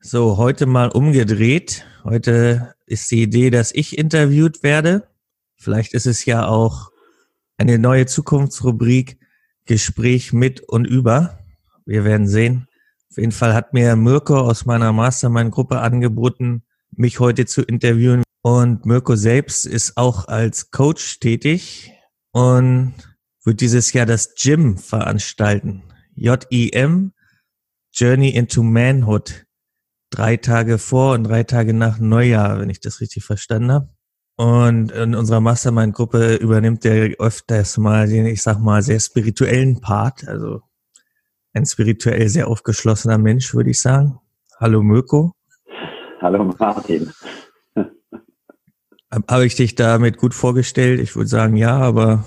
So, heute mal umgedreht. Heute ist die Idee, dass ich interviewt werde. Vielleicht ist es ja auch eine neue Zukunftsrubrik, Gespräch mit und über. Wir werden sehen. Auf jeden Fall hat mir Mirko aus meiner Mastermind-Gruppe angeboten, mich heute zu interviewen. Und Mirko selbst ist auch als Coach tätig und wird dieses Jahr das Gym veranstalten. JIM, Journey into Manhood. 3 Tage vor und 3 Tage nach Neujahr, wenn ich das richtig verstanden habe. Und in unserer Mastermind-Gruppe übernimmt er öfters mal den, ich sag mal, sehr spirituellen Part. Also ein spirituell sehr aufgeschlossener Mensch, würde ich sagen. Hallo Mirko. Hallo Martin. Habe ich dich damit gut vorgestellt? Ich würde sagen, ja, aber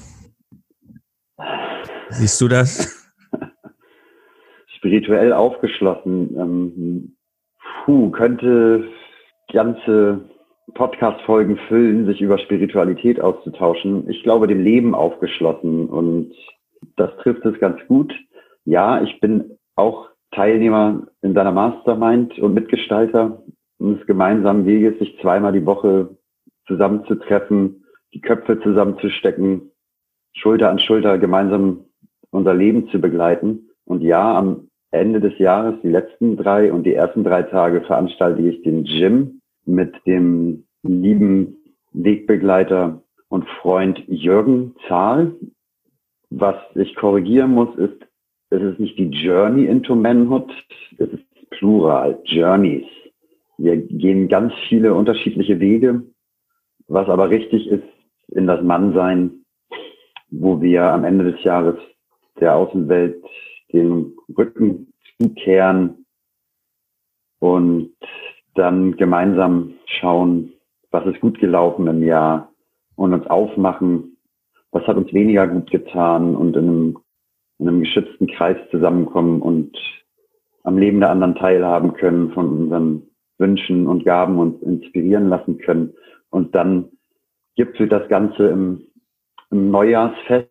siehst du das? Spirituell aufgeschlossen. Könnte ganze Podcast-Folgen füllen, sich über Spiritualität auszutauschen. Ich glaube, dem Leben aufgeschlossen, und das trifft es ganz gut. Ja, ich bin auch Teilnehmer in deiner Mastermind und Mitgestalter eines gemeinsamen Weges, sich 2-mal die Woche zusammenzutreffen, die Köpfe zusammenzustecken, Schulter an Schulter gemeinsam unser Leben zu begleiten. Und ja, am Ende des Jahres, die letzten 3 und die ersten 3 Tage, veranstalte ich den Gym mit dem lieben Wegbegleiter und Freund Jürgen Zahl. Was ich korrigieren muss, ist, es ist nicht die Journey into Manhood, es ist Plural, Journeys. Wir gehen ganz viele unterschiedliche Wege, was aber richtig ist in das Mannsein, wo wir am Ende des Jahres der Außenwelt den Rücken zukehren und dann gemeinsam schauen, was ist gut gelaufen im Jahr, und uns aufmachen, was hat uns weniger gut getan, und in einem geschützten Kreis zusammenkommen und am Leben der anderen teilhaben können, von unseren Wünschen und Gaben uns inspirieren lassen können. Und dann gipfelt das Ganze im Neujahrsfest.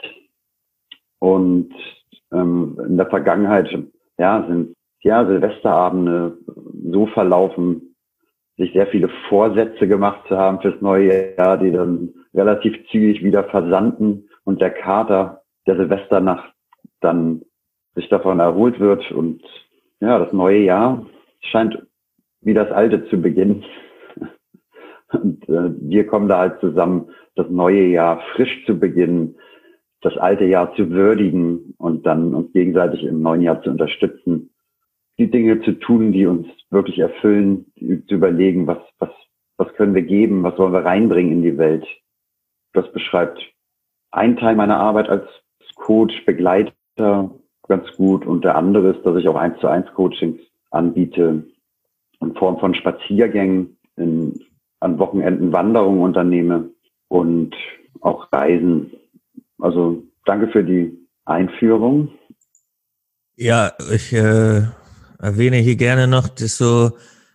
Und in der Vergangenheit sind Silvesterabende so verlaufen, sich sehr viele Vorsätze gemacht zu haben fürs neue Jahr, die dann relativ zügig wieder versanden und der Kater der Silvesternacht dann sich davon erholt wird. Und ja, das neue Jahr scheint wie das alte zu beginnen. Und wir kommen da halt zusammen, das neue Jahr frisch zu beginnen, das alte Jahr zu würdigen und dann uns gegenseitig im neuen Jahr zu unterstützen, die Dinge zu tun, die uns wirklich erfüllen, zu überlegen, was können wir geben, was wollen wir reinbringen in die Welt. Das beschreibt einen Teil meiner Arbeit als Coach, Begleiter ganz gut, und der andere ist, dass ich auch 1:1 Coachings anbiete in Form von Spaziergängen, an Wochenenden Wanderungen unternehme und auch Reisen. Also danke für die Einführung. Ja, ich erwähne hier gerne noch, dass so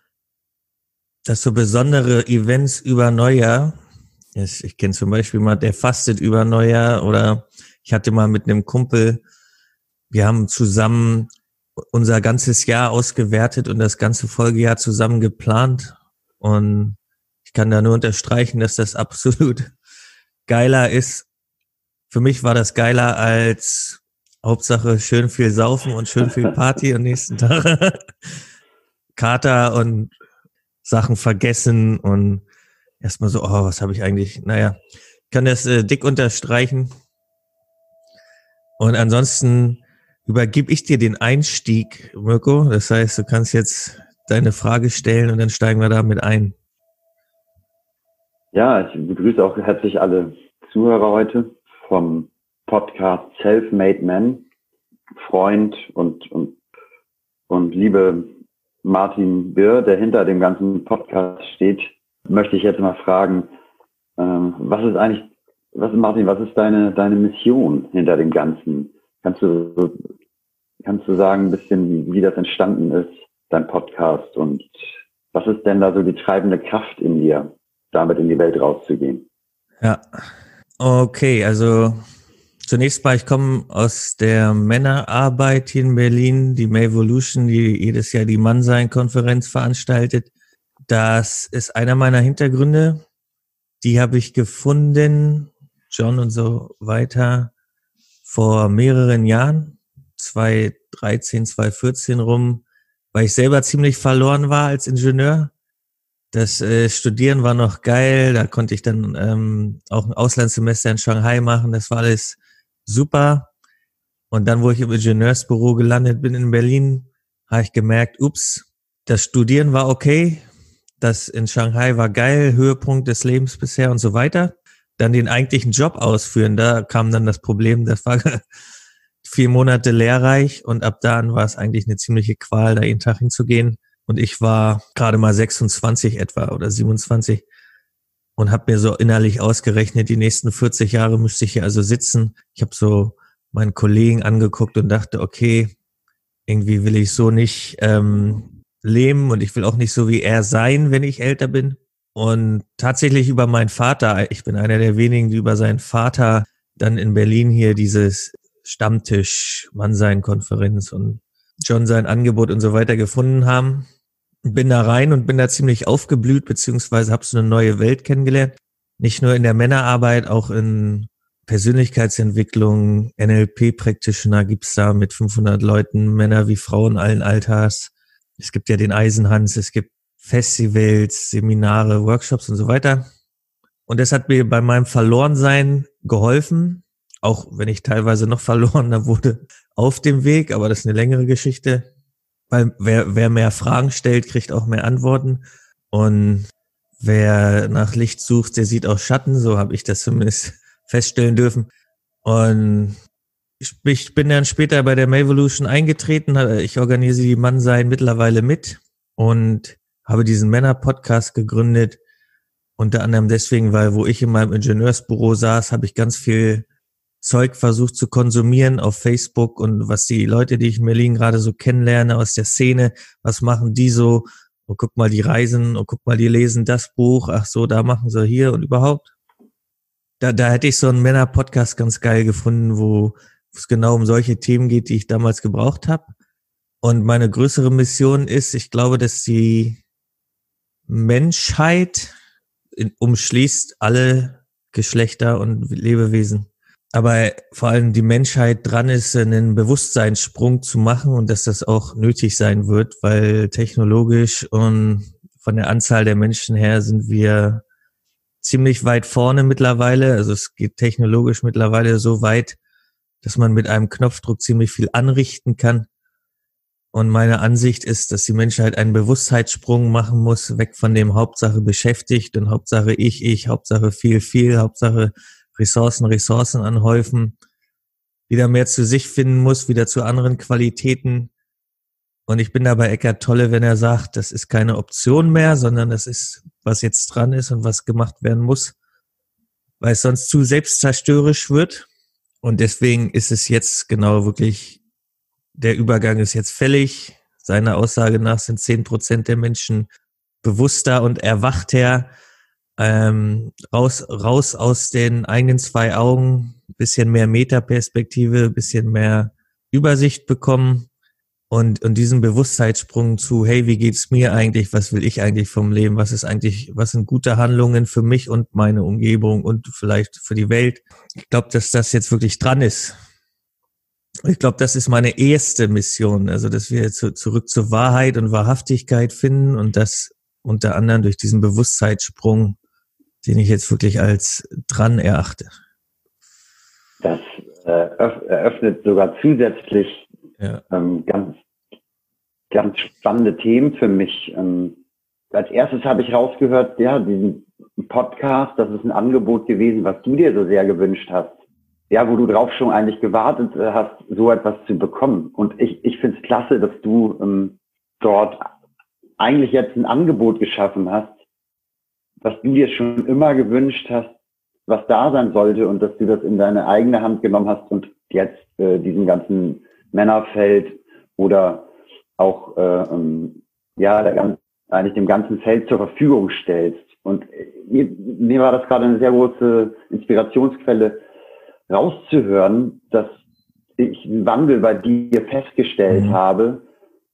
besondere Events über Neujahr. Ich kenne zum Beispiel mal, der fastet über Neujahr, oder ich hatte mal mit einem Kumpel, wir haben zusammen unser ganzes Jahr ausgewertet und das ganze Folgejahr zusammen geplant, und ich kann da nur unterstreichen, dass das absolut geiler ist. Für mich war das geiler als Hauptsache schön viel saufen und schön viel Party am nächsten Tag. Kater und Sachen vergessen und erstmal so, was habe ich eigentlich? Naja, ich kann das dick unterstreichen. Und ansonsten übergebe ich dir den Einstieg, Mirko. Das heißt, du kannst jetzt deine Frage stellen und dann steigen wir damit ein. Ja, ich begrüße auch herzlich alle Zuhörer heute vom Podcast Self-Made Man. Freund und liebe Martin Birr, der hinter dem ganzen Podcast steht, möchte ich jetzt mal fragen, was ist deine Mission hinter dem Ganzen? Kannst du sagen ein bisschen, wie das entstanden ist, dein Podcast, und was ist denn da so die treibende Kraft in dir, damit in die Welt rauszugehen? Ja, okay, also zunächst mal, ich komme aus der Männerarbeit hier in Berlin, die Mayvolution, die jedes Jahr die Mannsein-Konferenz veranstaltet. Das ist einer meiner Hintergründe. Die habe ich gefunden, John und so weiter, vor mehreren Jahren, 2013, 2014 rum, weil ich selber ziemlich verloren war als Ingenieur. Das Studieren war noch geil, da konnte ich dann auch ein Auslandssemester in Shanghai machen, das war alles super. Und dann, wo ich im Ingenieursbüro gelandet bin in Berlin, habe ich gemerkt, ups, das Studieren war okay, das in Shanghai war geil, Höhepunkt des Lebens bisher und so weiter. Dann den eigentlichen Job ausführen, da kam dann das Problem, das war 4 Monate lehrreich und ab da an war es eigentlich eine ziemliche Qual, da jeden Tag hinzugehen. Und ich war gerade mal 26 etwa oder 27 und habe mir so innerlich ausgerechnet, die nächsten 40 Jahre müsste ich hier also sitzen. Ich habe so meinen Kollegen angeguckt und dachte, okay, irgendwie will ich so nicht leben und ich will auch nicht so wie er sein, wenn ich älter bin. Und tatsächlich über meinen Vater, ich bin einer der wenigen, die über seinen Vater dann in Berlin hier dieses Stammtisch, Mannsein-Konferenz und John sein Angebot und so weiter gefunden haben. Bin da rein und bin da ziemlich aufgeblüht, beziehungsweise habe so eine neue Welt kennengelernt. Nicht nur in der Männerarbeit, auch in Persönlichkeitsentwicklung, NLP-Practitioner gibt's da mit 500 Leuten, Männer wie Frauen allen Alters. Es gibt ja den Eisenhans, es gibt Festivals, Seminare, Workshops und so weiter. Und das hat mir bei meinem Verlorensein geholfen, auch wenn ich teilweise noch verlorener wurde auf dem Weg, aber das ist eine längere Geschichte. Weil wer mehr Fragen stellt, kriegt auch mehr Antworten. Und wer nach Licht sucht, der sieht auch Schatten. So habe ich das zumindest feststellen dürfen. Und ich bin dann später bei der Mayvolution eingetreten. Ich organisiere die Mannsein mittlerweile mit und habe diesen Männer-Podcast gegründet. Unter anderem deswegen, weil wo ich in meinem Ingenieursbüro saß, habe ich ganz viel Zeug versucht zu konsumieren auf Facebook und was die Leute, die ich in Berlin gerade so kennenlerne aus der Szene, was machen die so? Und guck mal, die reisen und guck mal, die lesen das Buch. Ach so, da machen sie hier und überhaupt. Da hätte ich so einen Männer-Podcast ganz geil gefunden, wo es genau um solche Themen geht, die ich damals gebraucht habe. Und meine größere Mission ist, ich glaube, dass die Menschheit umschließt alle Geschlechter und Lebewesen. Aber vor allem die Menschheit dran ist, einen Bewusstseinssprung zu machen und dass das auch nötig sein wird, weil technologisch und von der Anzahl der Menschen her sind wir ziemlich weit vorne mittlerweile. Also es geht technologisch mittlerweile so weit, dass man mit einem Knopfdruck ziemlich viel anrichten kann. Und meine Ansicht ist, dass die Menschheit einen Bewusstheitssprung machen muss, weg von dem Hauptsache beschäftigt und Hauptsache ich, Hauptsache viel, Hauptsache Ressourcen anhäufen, wieder mehr zu sich finden muss, wieder zu anderen Qualitäten. Und ich bin da bei Eckhart Tolle, wenn er sagt, das ist keine Option mehr, sondern das ist, was jetzt dran ist und was gemacht werden muss, weil es sonst zu selbstzerstörerisch wird. Und deswegen ist es jetzt genau wirklich, der Übergang ist jetzt fällig. Seiner Aussage nach sind 10% der Menschen bewusster und erwachter, raus aus den eigenen 2 Augen, bisschen mehr Metaperspektive, bisschen mehr Übersicht bekommen und diesen Bewusstheitssprung zu, hey, wie geht's mir eigentlich, was will ich eigentlich vom Leben, was sind gute Handlungen für mich und meine Umgebung und vielleicht für die Welt. Ich glaube, dass das jetzt wirklich dran ist. Ich glaube, das ist meine erste Mission, also dass wir zurück zur Wahrheit und Wahrhaftigkeit finden und das unter anderem durch diesen Bewusstheitssprung, den ich jetzt wirklich als dran erachte. Das eröffnet sogar zusätzlich ganz spannende Themen für mich. Als erstes habe ich rausgehört, ja, diesen Podcast, das ist ein Angebot gewesen, was du dir so sehr gewünscht hast. Ja, wo du drauf schon eigentlich gewartet hast, so etwas zu bekommen. Und ich finde es klasse, dass du dort eigentlich jetzt ein Angebot geschaffen hast, was du dir schon immer gewünscht hast, was da sein sollte und dass du das in deine eigene Hand genommen hast und jetzt diesem ganzen Männerfeld oder auch eigentlich dem ganzen Feld zur Verfügung stellst. Und mir war das gerade eine sehr große Inspirationsquelle, rauszuhören, dass ich einen Wandel bei dir festgestellt habe.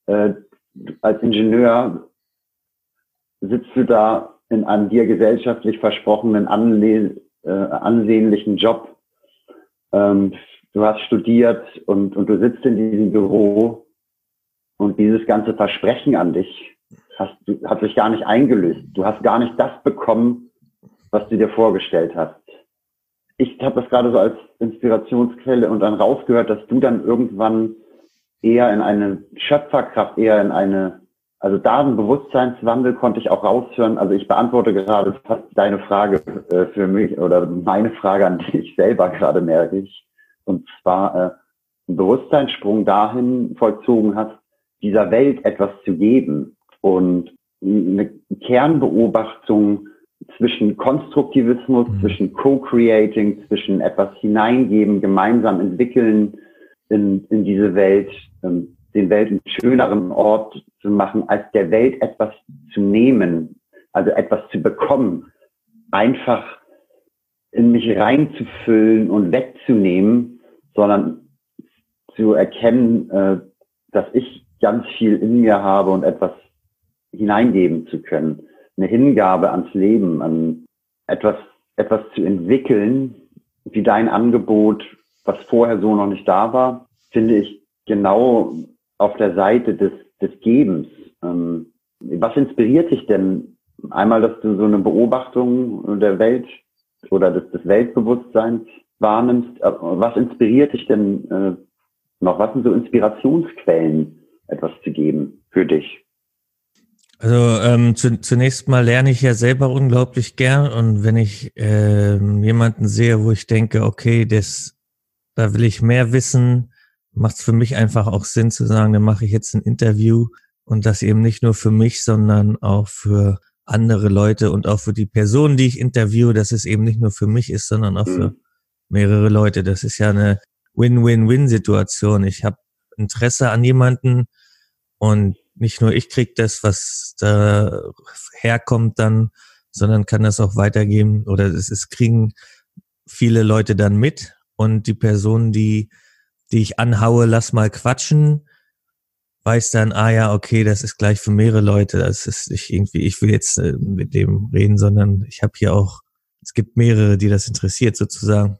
Als Ingenieur sitzt du da in einem dir gesellschaftlich versprochenen ansehnlichen Job. Du hast studiert und du sitzt in diesem Büro und dieses ganze Versprechen an dich hat sich gar nicht eingelöst. Du hast gar nicht das bekommen, was du dir vorgestellt hast. Ich habe das gerade so als Inspirationsquelle und dann rausgehört, dass du dann irgendwann eher in eine Schöpferkraft, also da einen Bewusstseinswandel konnte ich auch raushören. Also ich beantworte gerade fast deine Frage für mich oder meine Frage an dich selber gerade, merke ich. Und zwar einen Bewusstseinssprung dahin vollzogen hast, dieser Welt etwas zu geben und eine Kernbeobachtung zwischen Konstruktivismus, zwischen Co-Creating, zwischen etwas hineingeben, gemeinsam entwickeln in diese Welt, den Welt einen schöneren Ort zu machen, als der Welt etwas zu nehmen, also etwas zu bekommen, einfach in mich reinzufüllen und wegzunehmen, sondern zu erkennen, dass ich ganz viel in mir habe und etwas hineingeben zu können. Eine Hingabe ans Leben, an etwas zu entwickeln, wie dein Angebot, was vorher so noch nicht da war, finde ich genau auf der Seite des Gebens. Was inspiriert dich denn? Einmal, dass du so eine Beobachtung der Welt oder des Weltbewusstseins wahrnimmst. Was inspiriert dich denn noch? Was sind so Inspirationsquellen, etwas zu geben für dich? Also zunächst mal lerne ich ja selber unglaublich gern und wenn ich jemanden sehe, wo ich denke, okay, da will ich mehr wissen, macht es für mich einfach auch Sinn zu sagen, dann mache ich jetzt ein Interview und das eben nicht nur für mich, sondern auch für andere Leute und auch für die Personen, die ich interviewe, dass es eben nicht nur für mich ist, sondern auch für mehrere Leute. Das ist ja eine Win-Win-Win-Situation. Ich habe Interesse an jemanden und nicht nur ich krieg das, was da herkommt dann, sondern kann das auch weitergeben oder es kriegen viele Leute dann mit und die Person, die ich anhaue, lass mal quatschen, weiß dann, ja, okay, das ist gleich für mehrere Leute, das ist nicht irgendwie, ich will jetzt mit dem reden, sondern ich habe hier auch, es gibt mehrere, die das interessiert sozusagen.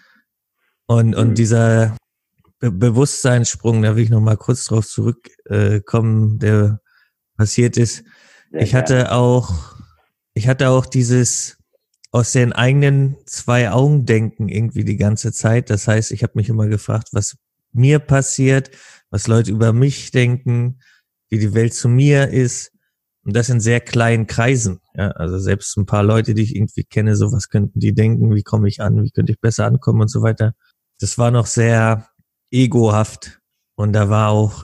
Und dieser Bewusstseinssprung, da will ich noch mal kurz drauf zurückkommen, der passiert ist. Ich hatte auch dieses aus den eigenen 2 Augen denken irgendwie die ganze Zeit. Das heißt, ich habe mich immer gefragt, was mir passiert, was Leute über mich denken, wie die Welt zu mir ist. Und das in sehr kleinen Kreisen. Ja, also selbst ein paar Leute, die ich irgendwie kenne, so was könnten die denken, wie komme ich an, wie könnte ich besser ankommen und so weiter. Das war noch sehr egohaft und da war auch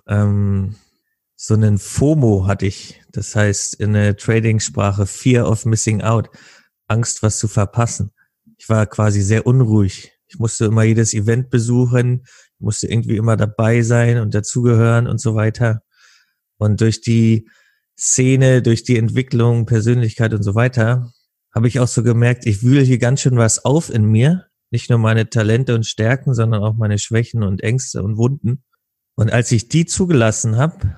so einen FOMO hatte ich, das heißt in der Trading-Sprache Fear of Missing Out, Angst, was zu verpassen. Ich war quasi sehr unruhig. Ich musste immer jedes Event besuchen, musste irgendwie immer dabei sein und dazugehören und so weiter. Und durch die Szene, durch die Entwicklung, Persönlichkeit und so weiter, habe ich auch so gemerkt, ich wühle hier ganz schön was auf in mir. Nicht nur meine Talente und Stärken, sondern auch meine Schwächen und Ängste und Wunden. Und als ich die zugelassen habe,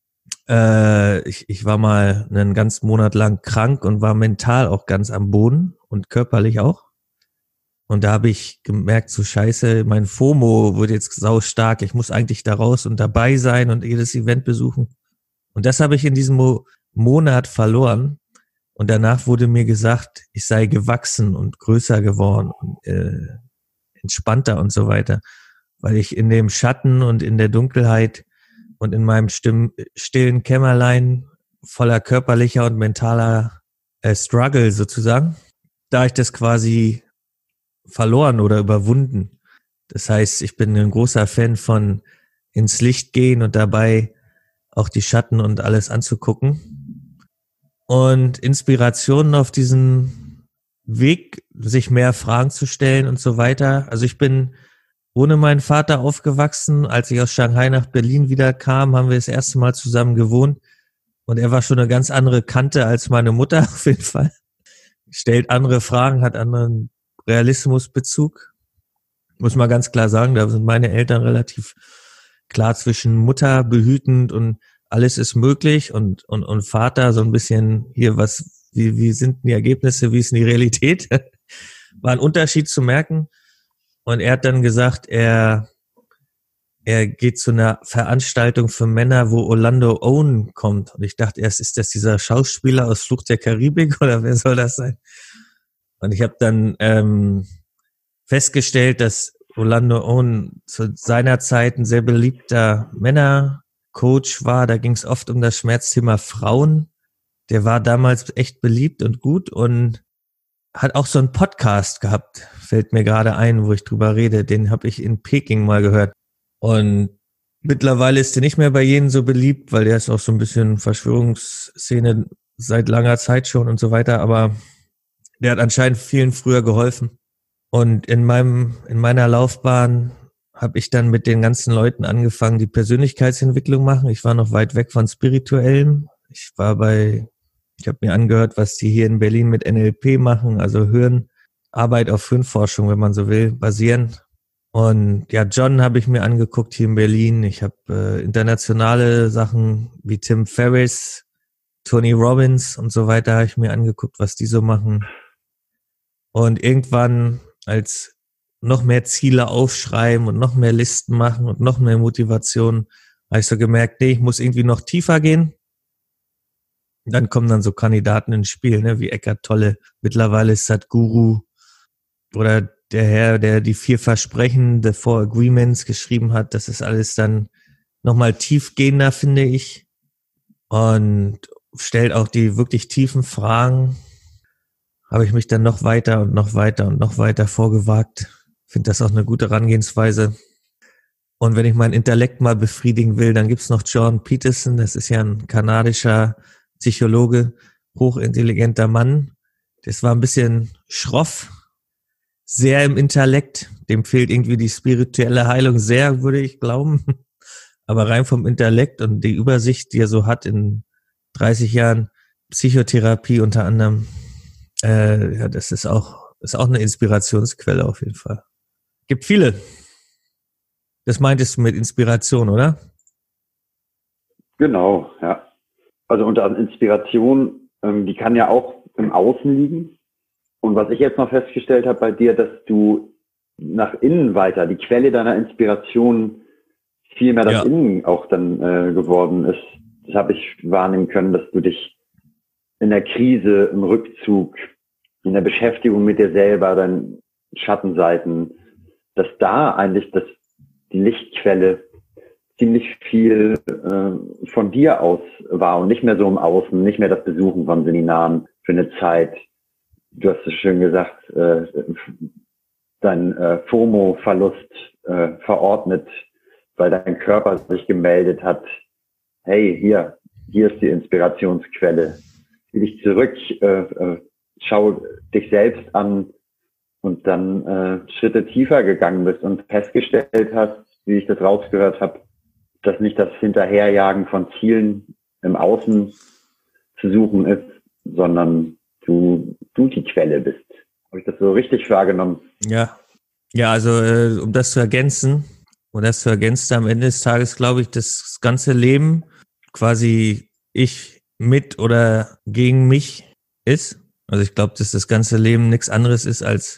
ich war mal einen ganzen Monat lang krank und war mental auch ganz am Boden und körperlich auch. Und da habe ich gemerkt, so scheiße, mein FOMO wird jetzt sau stark. Ich muss eigentlich da raus und dabei sein und jedes Event besuchen. Und das habe ich in diesem Monat verloren. Und danach wurde mir gesagt, ich sei gewachsen und größer geworden und entspannter und so weiter. Weil ich in dem Schatten und in der Dunkelheit und in meinem stillen Kämmerlein voller körperlicher und mentaler Struggle sozusagen, da ich das quasi verloren oder überwunden. Das heißt, ich bin ein großer Fan von ins Licht gehen und dabei auch die Schatten und alles anzugucken. Und Inspirationen auf diesem Weg, sich mehr Fragen zu stellen und so weiter. Also ich bin ohne meinen Vater aufgewachsen. Als ich aus Shanghai nach Berlin wieder kam, haben wir das erste Mal zusammen gewohnt. Und er war schon eine ganz andere Kante als meine Mutter auf jeden Fall. Stellt andere Fragen, hat anderen Realismusbezug. Muss man ganz klar sagen, da sind meine Eltern relativ klar zwischen Mutter behütend und alles ist möglich und Vater so ein bisschen hier, wie sind die Ergebnisse, wie ist denn die Realität? War ein Unterschied zu merken. Und er hat dann gesagt, er geht zu einer Veranstaltung für Männer, wo Orlando Owen kommt. Und ich dachte erst, ist das dieser Schauspieler aus Fluch der Karibik oder wer soll das sein? Und ich habe dann festgestellt, dass Orlando Owen zu seiner Zeit ein sehr beliebter Männercoach war. Da ging es oft um das Schmerzthema Frauen. Der war damals echt beliebt und gut und hat auch so einen Podcast gehabt, fällt mir gerade ein, wo ich drüber rede. Den habe ich in Peking mal gehört. Und mittlerweile ist der nicht mehr bei jedem so beliebt, weil der ist auch so ein bisschen Verschwörungsszene seit langer Zeit schon und so weiter. Aber der hat anscheinend vielen früher geholfen. Und in meiner Laufbahn habe ich dann mit den ganzen Leuten angefangen, die Persönlichkeitsentwicklung machen. Ich war noch weit weg von Spirituellem. Ich habe mir angehört, was die hier in Berlin mit NLP machen, also Arbeit auf Hirnforschung, wenn man so will, basieren. Und ja, John habe ich mir angeguckt hier in Berlin. Ich habe internationale Sachen wie Tim Ferriss, Tony Robbins und so weiter habe ich mir angeguckt, was die so machen. Und irgendwann, als noch mehr Ziele aufschreiben und noch mehr Listen machen und noch mehr Motivation, habe ich so gemerkt, nee, ich muss irgendwie noch tiefer gehen. Und dann kommen dann so Kandidaten ins Spiel, ne, wie Eckhart Tolle. Mittlerweile ist Sadhguru oder der Herr, der die 4 Versprechen, the 4 Agreements geschrieben hat. Das ist alles dann nochmal tiefgehender, finde ich. Und stellt auch die wirklich tiefen Fragen. Habe ich mich dann noch weiter und noch weiter und noch weiter vorgewagt. Finde das auch eine gute Herangehensweise. Und wenn ich meinen Intellekt mal befriedigen will, dann gibt's noch Jordan Peterson. Das ist ja ein kanadischer Psychologe, hochintelligenter Mann. Das war ein bisschen schroff, sehr im Intellekt. Dem fehlt irgendwie die spirituelle Heilung sehr, würde ich glauben. Aber rein vom Intellekt und die Übersicht, die er so hat in 30 Jahren Psychotherapie unter anderem, ja, das ist auch eine Inspirationsquelle auf jeden Fall. Gibt viele. Das meintest du mit Inspiration, oder? Genau, ja. Also unter Inspiration, die kann ja auch im Außen liegen. Und was ich jetzt noch festgestellt habe bei dir, dass du nach innen weiter, die Quelle deiner Inspiration viel mehr das Innen auch dann geworden ist. Das habe ich wahrnehmen können, dass du dich in der Krise, im Rückzug, in der Beschäftigung mit dir selber, deinen Schattenseiten, dass da eigentlich die Lichtquelle ziemlich viel von dir aus war und nicht mehr so im Außen, nicht mehr das Besuchen von Seminaren für eine Zeit. Du hast es schön gesagt, dein FOMO-Verlust verordnet, weil dein Körper sich gemeldet hat, hey, hier ist die Inspirationsquelle. Zieh dich zurück, schau dich selbst an und dann Schritte tiefer gegangen bist und festgestellt hast, wie ich das rausgehört habe, dass nicht das Hinterherjagen von Zielen im Außen zu suchen ist, sondern du die Quelle bist. Habe ich das so richtig wahrgenommen? Ja, also um das zu ergänzen, und das zu ergänzen am Ende des Tages, glaube ich, das ganze Leben quasi ich mit oder gegen mich ist. Also ich glaube, dass das ganze Leben nichts anderes ist, als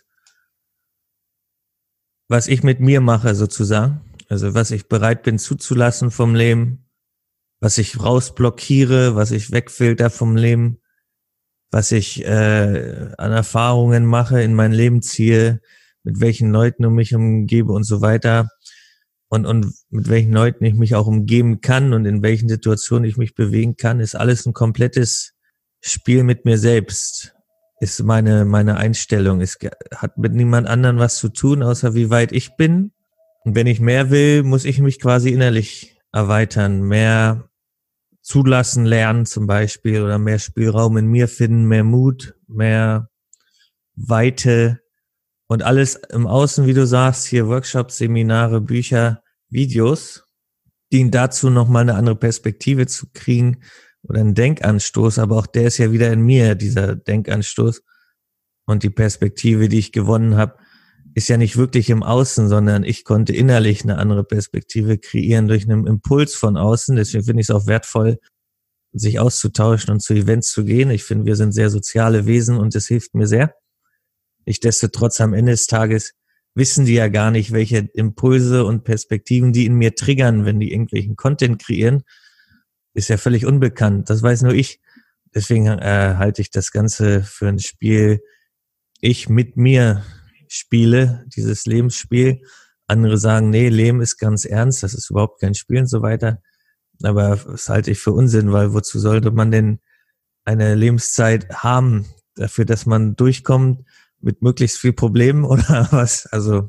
was ich mit mir mache sozusagen. Also was ich bereit bin zuzulassen vom Leben, was ich rausblockiere, was ich wegfilter vom Leben, was ich an Erfahrungen mache, in mein Leben ziehe, mit welchen Leuten um mich umgebe und so weiter. Und mit welchen Leuten ich mich auch umgeben kann und in welchen Situationen ich mich bewegen kann, ist alles ein komplettes Spiel mit mir selbst, ist meine Einstellung. Es hat mit niemand anderem was zu tun, außer wie weit ich bin. Und wenn ich mehr will, muss ich mich quasi innerlich erweitern, mehr zulassen lernen zum Beispiel oder mehr Spielraum in mir finden, mehr Mut, mehr Weite und alles im Außen, wie du sagst, hier Workshops, Seminare, Bücher, Videos, dienen dazu, nochmal eine andere Perspektive zu kriegen oder einen Denkanstoß, aber auch der ist ja wieder in mir, dieser Denkanstoß und die Perspektive, die ich gewonnen habe, ist ja nicht wirklich im Außen, sondern ich konnte innerlich eine andere Perspektive kreieren durch einen Impuls von außen. Deswegen finde ich es auch wertvoll, sich auszutauschen und zu Events zu gehen. Ich finde, wir sind sehr soziale Wesen und das hilft mir sehr. Nichtsdestotrotz am Ende des Tages wissen die ja gar nicht, welche Impulse und Perspektiven die in mir triggern, wenn die irgendwelchen Content kreieren. Ist ja völlig unbekannt. Das weiß nur ich. Deswegen halte ich das Ganze für ein Spiel, ich mit mir spiele, dieses Lebensspiel. Andere sagen, nee, Leben ist ganz ernst, das ist überhaupt kein Spiel und so weiter. Aber das halte ich für Unsinn, weil wozu sollte man denn eine Lebenszeit haben, dafür, dass man durchkommt mit möglichst viel Problemen oder was? Also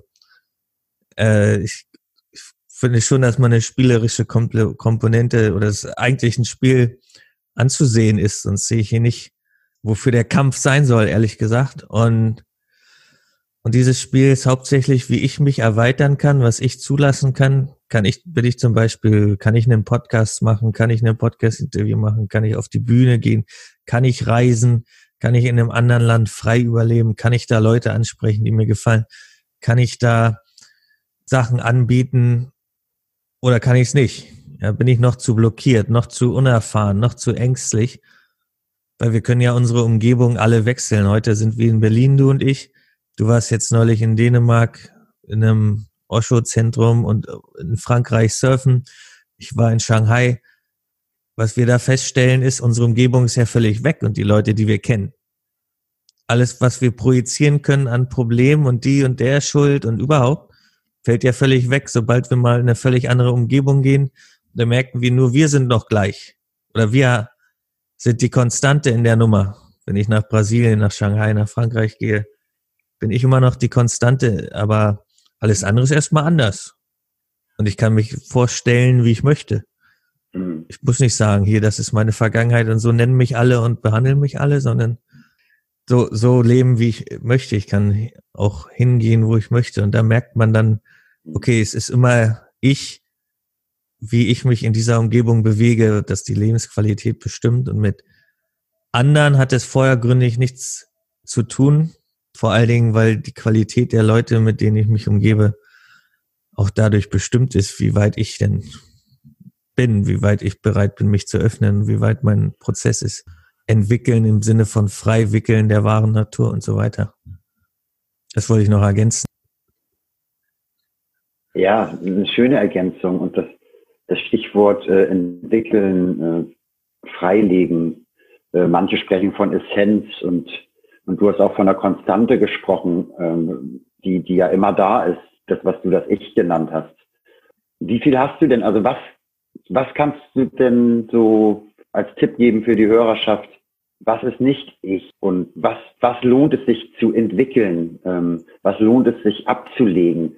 ich finde schon, dass man eine spielerische Komponente oder das eigentlich ein Spiel anzusehen ist, sonst sehe ich hier nicht, wofür der Kampf sein soll, ehrlich gesagt. Und dieses Spiel ist hauptsächlich, wie ich mich erweitern kann, was ich zulassen kann. Kann ich einen Podcast machen, kann ich ein Podcast-Interview machen, kann ich auf die Bühne gehen, kann ich reisen, kann ich in einem anderen Land frei überleben, kann ich da Leute ansprechen, die mir gefallen, kann ich da Sachen anbieten oder kann ich es nicht? Ja, bin ich noch zu blockiert, noch zu unerfahren, noch zu ängstlich, weil wir können ja unsere Umgebung alle wechseln. Heute sind wir in Berlin, du und ich. Du warst jetzt neulich in Dänemark in einem Osho-Zentrum und in Frankreich surfen. Ich war in Shanghai. Was wir da feststellen ist, unsere Umgebung ist ja völlig weg und die Leute, die wir kennen. Alles, was wir projizieren können an Problemen und die und der Schuld und überhaupt, fällt ja völlig weg, sobald wir mal in eine völlig andere Umgebung gehen. Da merken wir nur, wir sind noch gleich. Oder wir sind die Konstante in der Nummer. Wenn ich nach Brasilien, nach Shanghai, nach Frankreich gehe, bin ich immer noch die Konstante, aber alles andere ist erstmal anders. Und ich kann mich vorstellen, wie ich möchte. Ich muss nicht sagen, hier, das ist meine Vergangenheit und so nennen mich alle und behandeln mich alle, sondern so leben, wie ich möchte. Ich kann auch hingehen, wo ich möchte. Und da merkt man dann, okay, es ist immer ich, wie ich mich in dieser Umgebung bewege, dass die Lebensqualität bestimmt. Und mit anderen hat es vordergründig nichts zu tun. Vor allen Dingen, weil die Qualität der Leute, mit denen ich mich umgebe, auch dadurch bestimmt ist, wie weit ich denn bin, wie weit ich bereit bin, mich zu öffnen, wie weit mein Prozess ist. Entwickeln im Sinne von frei wickeln der wahren Natur und so weiter. Das wollte ich noch ergänzen. Ja, eine schöne Ergänzung. Und das Stichwort entwickeln, freilegen. Manche sprechen von Essenz und du hast auch von einer Konstante gesprochen, die ja immer da ist, das, was du das Ich genannt hast. Wie viel hast du denn, also was kannst du denn so als Tipp geben für die Hörerschaft? Was ist nicht ich und was lohnt es sich zu entwickeln? Was lohnt es sich abzulegen?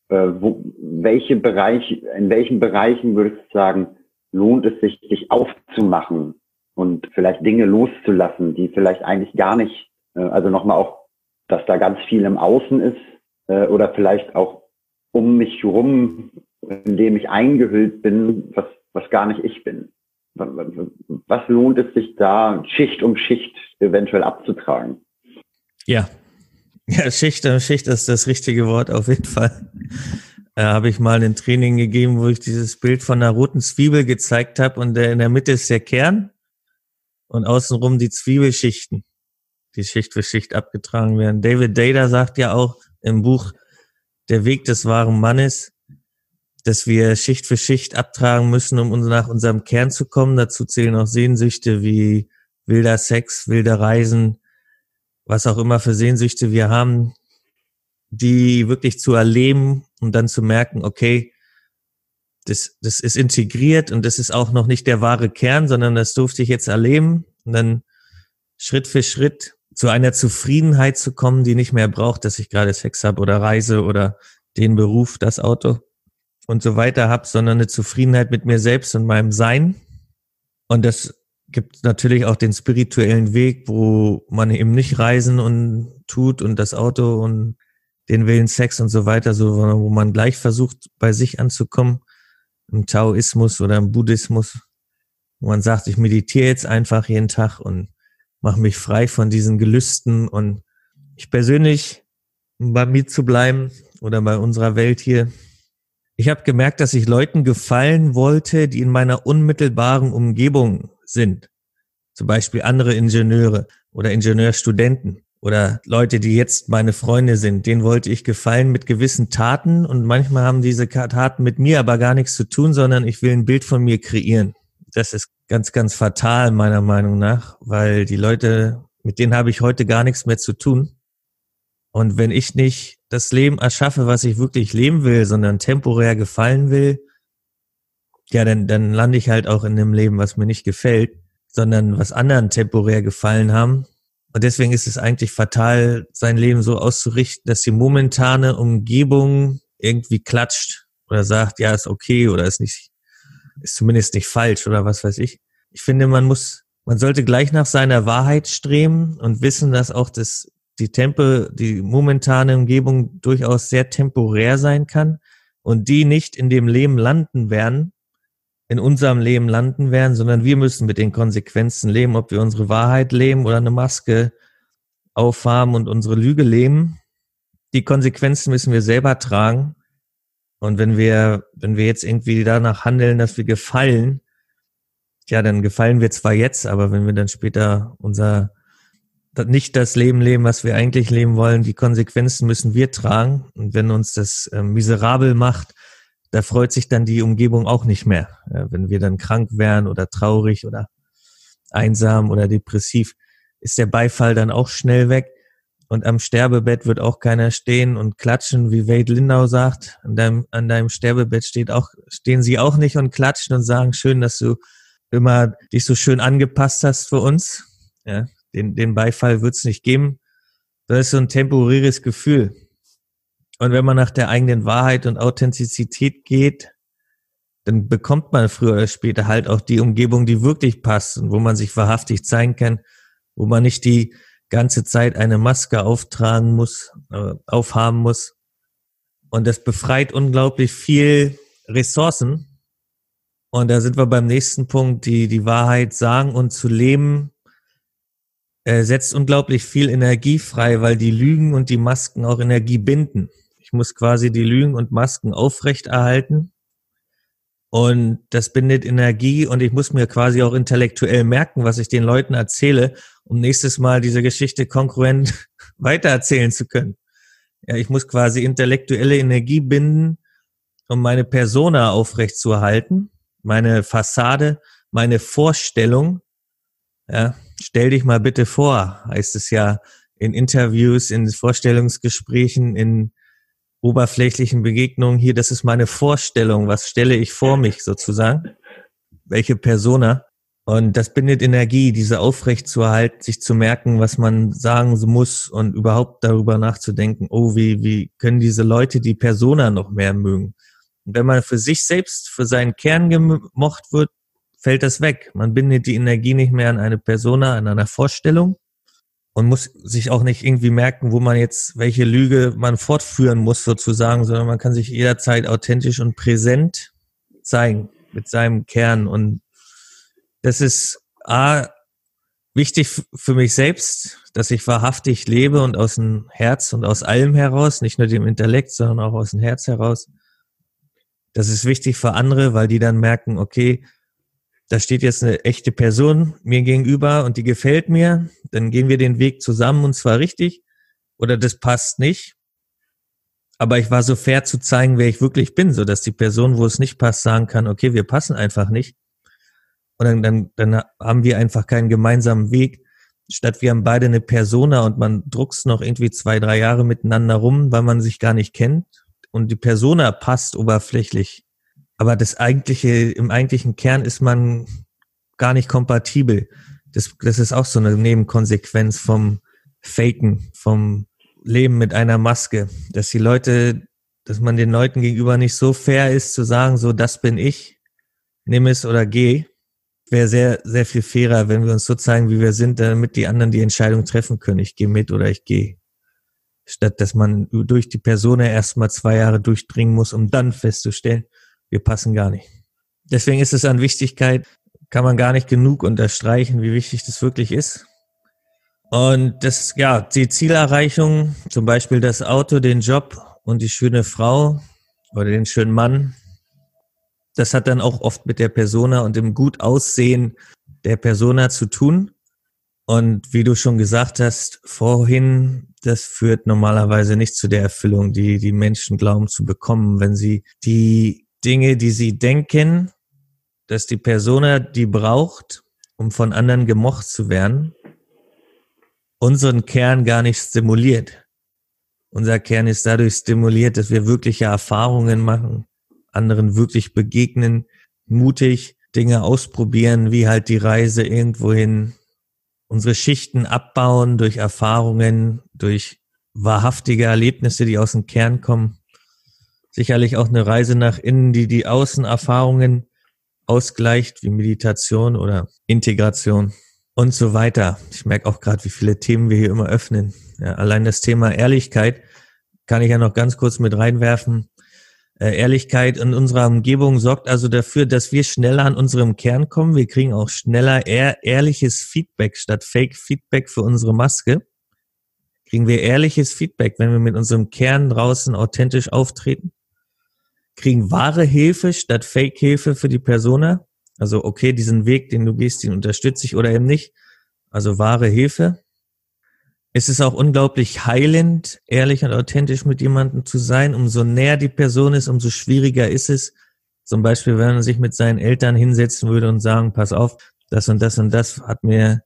In welchen Bereichen würdest du sagen, lohnt es sich aufzumachen und vielleicht Dinge loszulassen, die vielleicht eigentlich gar nicht, also nochmal auch, dass da ganz viel im Außen ist oder vielleicht auch um mich herum, in dem ich eingehüllt bin, was gar nicht ich bin. Was lohnt es sich da Schicht um Schicht eventuell abzutragen? Ja, Schicht um Schicht ist das richtige Wort auf jeden Fall. Habe ich mal ein Training gegeben, wo ich dieses Bild von einer roten Zwiebel gezeigt habe und in der Mitte ist der Kern und außenrum die Zwiebelschichten, die Schicht für Schicht abgetragen werden. David Data sagt ja auch im Buch Der Weg des wahren Mannes, dass wir Schicht für Schicht abtragen müssen, um nach unserem Kern zu kommen. Dazu zählen auch Sehnsüchte wie wilder Sex, wilde Reisen, was auch immer für Sehnsüchte wir haben, die wirklich zu erleben und dann zu merken, okay, das ist integriert und das ist auch noch nicht der wahre Kern, sondern das durfte ich jetzt erleben und dann Schritt für Schritt zu einer Zufriedenheit zu kommen, die nicht mehr braucht, dass ich gerade Sex habe oder reise oder den Beruf, das Auto und so weiter habe, sondern eine Zufriedenheit mit mir selbst und meinem Sein. Und das gibt natürlich auch den spirituellen Weg, wo man eben nicht reisen und tut und das Auto und den Willen Sex und so weiter, so, wo man gleich versucht, bei sich anzukommen, im Taoismus oder im Buddhismus, wo man sagt, ich meditiere jetzt einfach jeden Tag und mache mich frei von diesen Gelüsten. Und ich persönlich um bei mir zu bleiben oder bei unserer Welt hier. Ich habe gemerkt, dass ich Leuten gefallen wollte, die in meiner unmittelbaren Umgebung sind. Zum Beispiel andere Ingenieure oder Ingenieurstudenten oder Leute, die jetzt meine Freunde sind. Denen wollte ich gefallen mit gewissen Taten und manchmal haben diese Taten mit mir aber gar nichts zu tun, sondern ich will ein Bild von mir kreieren. Das ist ganz, ganz fatal meiner Meinung nach, weil die Leute, mit denen habe ich heute gar nichts mehr zu tun. Und wenn ich nicht das Leben erschaffe, was ich wirklich leben will, sondern temporär gefallen will, ja, dann lande ich halt auch in einem Leben, was mir nicht gefällt, sondern was anderen temporär gefallen haben. Und deswegen ist es eigentlich fatal, sein Leben so auszurichten, dass die momentane Umgebung irgendwie klatscht oder sagt, ja, ist okay oder ist zumindest nicht falsch oder was weiß ich. Ich finde, man sollte gleich nach seiner Wahrheit streben und wissen, dass auch die momentane Umgebung durchaus sehr temporär sein kann und die nicht in dem Leben landen werden, in unserem Leben landen werden, sondern wir müssen mit den Konsequenzen leben, ob wir unsere Wahrheit leben oder eine Maske aufhaben und unsere Lüge leben. Die Konsequenzen müssen wir selber tragen. Und wenn wir jetzt irgendwie danach handeln, dass wir gefallen, ja, dann gefallen wir zwar jetzt, aber wenn wir dann später nicht das Leben leben, was wir eigentlich leben wollen, die Konsequenzen müssen wir tragen. Und wenn uns das miserabel macht, da freut sich dann die Umgebung auch nicht mehr. Ja, wenn wir dann krank wären oder traurig oder einsam oder depressiv, ist der Beifall dann auch schnell weg. Und am Sterbebett wird auch keiner stehen und klatschen, wie Wade Lindau sagt. An deinem Sterbebett stehen sie auch nicht und klatschen und sagen, schön, dass du immer dich so schön angepasst hast für uns. Ja, den Beifall wird es nicht geben. Das ist so ein temporäres Gefühl. Und wenn man nach der eigenen Wahrheit und Authentizität geht, dann bekommt man früher oder später halt auch die Umgebung, die wirklich passt und wo man sich wahrhaftig zeigen kann, wo man nicht die ganze Zeit eine Maske aufhaben muss. Und das befreit unglaublich viel Ressourcen. Und da sind wir beim nächsten Punkt, die Wahrheit sagen und zu leben, setzt unglaublich viel Energie frei, weil die Lügen und die Masken auch Energie binden. Ich muss quasi die Lügen und Masken aufrechterhalten und das bindet Energie und ich muss mir quasi auch intellektuell merken, was ich den Leuten erzähle, um nächstes Mal diese Geschichte kongruent weitererzählen zu können. Ja, ich muss quasi intellektuelle Energie binden, um meine Persona aufrechtzuerhalten, meine Fassade, meine Vorstellung. Ja, stell dich mal bitte vor, heißt es ja in Interviews, in Vorstellungsgesprächen, in oberflächlichen Begegnungen hier, das ist meine Vorstellung, was stelle ich vor mich sozusagen, welche Persona. Und das bindet Energie, diese aufrechtzuerhalten, sich zu merken, was man sagen muss und überhaupt darüber nachzudenken, oh, wie können diese Leute die Persona noch mehr mögen. Und wenn man für sich selbst, für seinen Kern gemocht wird, fällt das weg. Man bindet die Energie nicht mehr an eine Persona, an einer Vorstellung und muss sich auch nicht irgendwie merken, wo man jetzt, welche Lüge man fortführen muss sozusagen, sondern man kann sich jederzeit authentisch und präsent zeigen mit seinem Kern. Und das ist wichtig für mich selbst, dass ich wahrhaftig lebe und aus dem Herz und aus allem heraus, nicht nur dem Intellekt, sondern auch aus dem Herz heraus. Das ist wichtig für andere, weil die dann merken, okay, da steht jetzt eine echte Person mir gegenüber und die gefällt mir, dann gehen wir den Weg zusammen und zwar richtig oder das passt nicht. Aber ich war so fair zu zeigen, wer ich wirklich bin, so dass die Person, wo es nicht passt, sagen kann, okay, wir passen einfach nicht. Und dann haben wir einfach keinen gemeinsamen Weg. Statt wir haben beide eine Persona und man druckst noch irgendwie 2-3 Jahre miteinander rum, weil man sich gar nicht kennt und die Persona passt oberflächlich. Aber im eigentlichen Kern ist man gar nicht kompatibel. Das ist auch so eine Nebenkonsequenz vom Faken, vom Leben mit einer Maske. Dass man den Leuten gegenüber nicht so fair ist, zu sagen, so, das bin ich, nimm es oder geh. Wäre sehr, sehr viel fairer, wenn wir uns so zeigen, wie wir sind, damit die anderen die Entscheidung treffen können. Ich gehe mit oder ich gehe. Statt dass man durch die Persona erstmal 2 Jahre durchdringen muss, um dann festzustellen, wir passen gar nicht. Deswegen ist es an Wichtigkeit, kann man gar nicht genug unterstreichen, wie wichtig das wirklich ist. Und das, ja, die Zielerreichung, zum Beispiel das Auto, den Job und die schöne Frau oder den schönen Mann, das hat dann auch oft mit der Persona und dem Gutaussehen der Persona zu tun. Und wie du schon gesagt hast vorhin, das führt normalerweise nicht zu der Erfüllung, die die Menschen glauben zu bekommen, wenn sie die Dinge, die sie denken, dass die Persona die braucht, um von anderen gemocht zu werden, unseren Kern gar nicht stimuliert. Unser Kern ist dadurch stimuliert, dass wir wirkliche Erfahrungen machen, anderen wirklich begegnen, mutig Dinge ausprobieren, wie halt die Reise irgendwohin, unsere Schichten abbauen durch Erfahrungen, durch wahrhaftige Erlebnisse, die aus dem Kern kommen. Sicherlich auch eine Reise nach innen, die die Außenerfahrungen ausgleicht, wie Meditation oder Integration und so weiter. Ich merke auch gerade, wie viele Themen wir hier immer öffnen. Ja, allein das Thema Ehrlichkeit kann ich ja noch ganz kurz mit reinwerfen. Ehrlichkeit in unserer Umgebung sorgt also dafür, dass wir schneller an unserem Kern kommen. Wir kriegen auch schneller ehrliches Feedback statt Fake-Feedback für unsere Maske. Kriegen wir ehrliches Feedback, wenn wir mit unserem Kern draußen authentisch auftreten. Kriegen wahre Hilfe statt Fake-Hilfe für die Persona. Also okay, diesen Weg, den du gehst, den unterstütze ich oder eben nicht. Also wahre Hilfe. Es ist auch unglaublich heilend, ehrlich und authentisch mit jemandem zu sein. Umso näher die Person ist, umso schwieriger ist es. Zum Beispiel, wenn man sich mit seinen Eltern hinsetzen würde und sagen, pass auf, das und das und das hat mir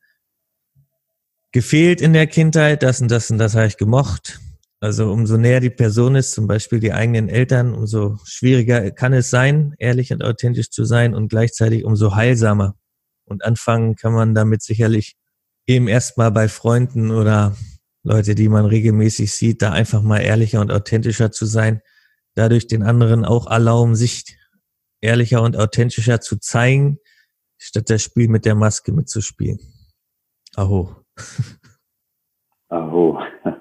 gefehlt in der Kindheit, das und das und das habe ich gemocht. Also umso näher die Person ist, zum Beispiel die eigenen Eltern, umso schwieriger kann es sein, ehrlich und authentisch zu sein und gleichzeitig umso heilsamer. Und anfangen kann man damit sicherlich eben erstmal bei Freunden oder Leute, die man regelmäßig sieht, da einfach mal ehrlicher und authentischer zu sein, dadurch den anderen auch erlauben, sich ehrlicher und authentischer zu zeigen, statt das Spiel mit der Maske mitzuspielen. Aho. Aho.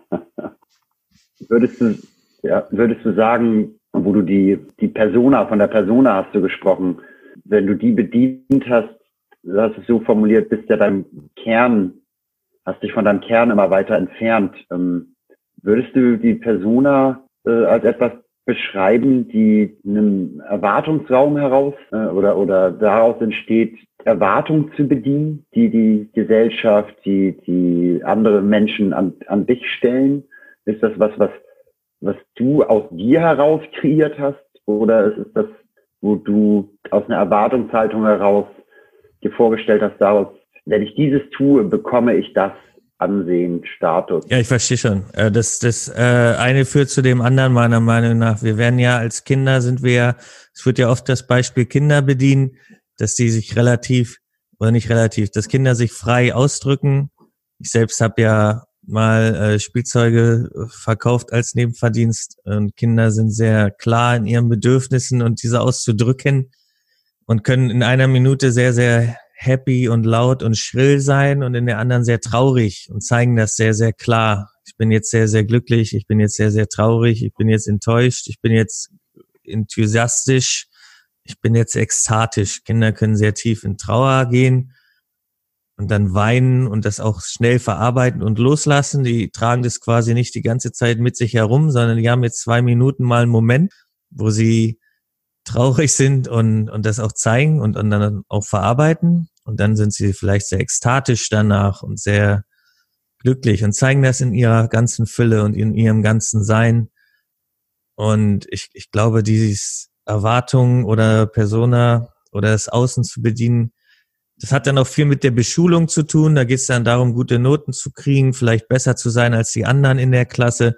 Würdest du sagen, wo du die Persona, von der Persona hast du gesprochen, wenn du die bedient hast, du hast es so formuliert, bist ja deinem Kern, hast dich von deinem Kern immer weiter entfernt. Würdest du die Persona als etwas beschreiben, die einem Erwartungsraum heraus oder daraus entsteht, Erwartungen zu bedienen, die die Gesellschaft, die andere Menschen an dich stellen? Ist das was du aus dir heraus kreiert hast? Oder ist es das, wo du aus einer Erwartungshaltung heraus dir vorgestellt hast, daraus, wenn ich dieses tue, bekomme ich das Ansehen, Status? Ja, ich verstehe schon. Das eine führt zu dem anderen, meiner Meinung nach. Wir werden ja als Kinder, es wird ja oft das Beispiel Kinder bedienen, dass die sich dass Kinder sich frei ausdrücken. Ich selbst habe ja mal Spielzeuge verkauft als Nebenverdienst und Kinder sind sehr klar in ihren Bedürfnissen und diese auszudrücken und können in einer Minute sehr, sehr happy und laut und schrill sein und in der anderen sehr traurig und zeigen das sehr, sehr klar. Ich bin jetzt sehr, sehr glücklich, ich bin jetzt sehr, sehr traurig, ich bin jetzt enttäuscht, ich bin jetzt enthusiastisch, ich bin jetzt ekstatisch. Kinder können sehr tief in Trauer gehen und dann weinen und das auch schnell verarbeiten und loslassen. Die tragen das quasi nicht die ganze Zeit mit sich herum, sondern die haben jetzt 2 Minuten mal einen Moment, wo sie traurig sind und das auch zeigen und dann auch verarbeiten. Und dann sind sie vielleicht sehr ekstatisch danach und sehr glücklich und zeigen das in ihrer ganzen Fülle und in ihrem ganzen Sein. Und ich glaube, dieses Erwartung oder Persona oder das Außen zu bedienen, das hat dann auch viel mit der Beschulung zu tun. Da geht es dann darum, gute Noten zu kriegen, vielleicht besser zu sein als die anderen in der Klasse.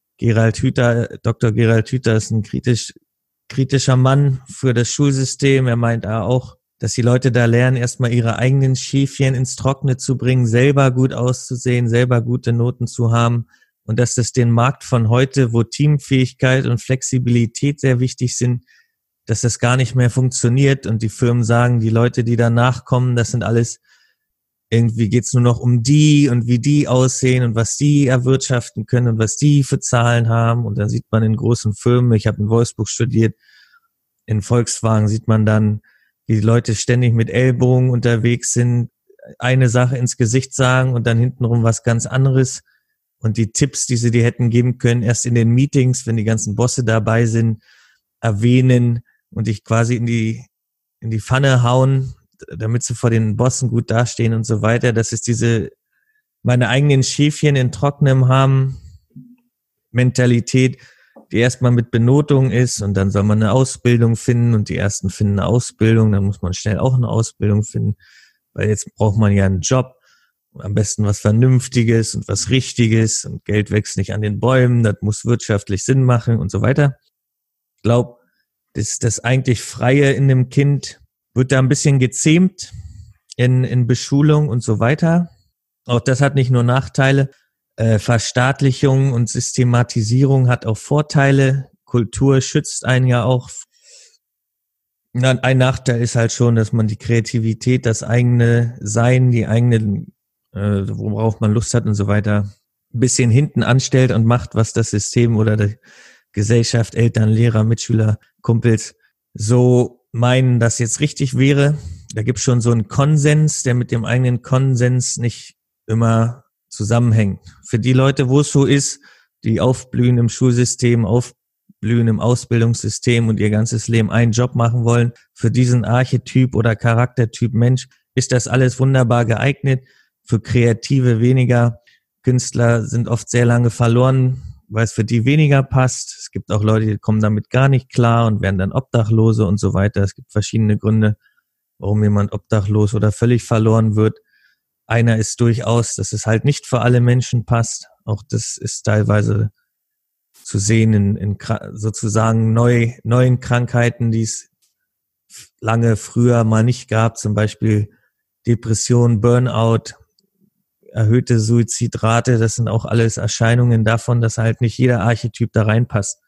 Dr. Gerald Hüther ist ein kritischer Mann für das Schulsystem. Er meint auch, dass die Leute da lernen, erstmal ihre eigenen Schäfchen ins Trockene zu bringen, selber gut auszusehen, selber gute Noten zu haben und dass das den Markt von heute, wo Teamfähigkeit und Flexibilität sehr wichtig sind, dass das gar nicht mehr funktioniert und die Firmen sagen, die Leute, die danach kommen, das sind alles, irgendwie geht's nur noch um die und wie die aussehen und was die erwirtschaften können und was die für Zahlen haben. Und dann sieht man in großen Firmen, ich habe in Wolfsburg studiert, in Volkswagen sieht man dann, wie die Leute ständig mit Ellbogen unterwegs sind, eine Sache ins Gesicht sagen und dann hintenrum was ganz anderes. Und die Tipps, die sie dir hätten geben können, erst in den Meetings, wenn die ganzen Bosse dabei sind, erwähnen und dich quasi in die Pfanne hauen, damit sie vor den Bossen gut dastehen und so weiter. Das ist diese meine eigenen Schäfchen in Trockenem haben Mentalität, die erstmal mit Benotung ist und dann soll man eine Ausbildung finden und die ersten finden eine Ausbildung, dann muss man schnell auch eine Ausbildung finden, weil jetzt braucht man ja einen Job, am besten was Vernünftiges und was Richtiges und Geld wächst nicht an den Bäumen, das muss wirtschaftlich Sinn machen und so weiter. Ich glaube, das eigentlich Freie in dem Kind wird da ein bisschen gezähmt in Beschulung und so weiter. Auch das hat nicht nur Nachteile. Verstaatlichung und Systematisierung hat auch Vorteile. Kultur schützt einen ja auch. Ein Nachteil ist halt schon, dass man die Kreativität, das eigene Sein, die eigene, worauf man Lust hat und so weiter, ein bisschen hinten anstellt und macht, was das System oder die Gesellschaft, Eltern, Lehrer, Mitschüler, Kumpels so meinen, dass jetzt richtig wäre. Da gibt es schon so einen Konsens, der mit dem eigenen Konsens nicht immer zusammenhängt. Für die Leute, wo es so ist, die aufblühen im Schulsystem, aufblühen im Ausbildungssystem und ihr ganzes Leben einen Job machen wollen, für diesen Archetyp oder Charaktertyp Mensch ist das alles wunderbar geeignet. Für Kreative weniger. Künstler sind oft sehr lange verloren, weil es für die weniger passt. Es gibt auch Leute, die kommen damit gar nicht klar und werden dann Obdachlose und so weiter. Es gibt verschiedene Gründe, warum jemand obdachlos oder völlig verloren wird. Einer ist durchaus, dass es halt nicht für alle Menschen passt. Auch das ist teilweise zu sehen in sozusagen neuen Krankheiten, die es lange früher mal nicht gab. Zum Beispiel Depression, Burnout, erhöhte Suizidrate. Das sind auch alles Erscheinungen davon, dass halt nicht jeder Archetyp da reinpasst.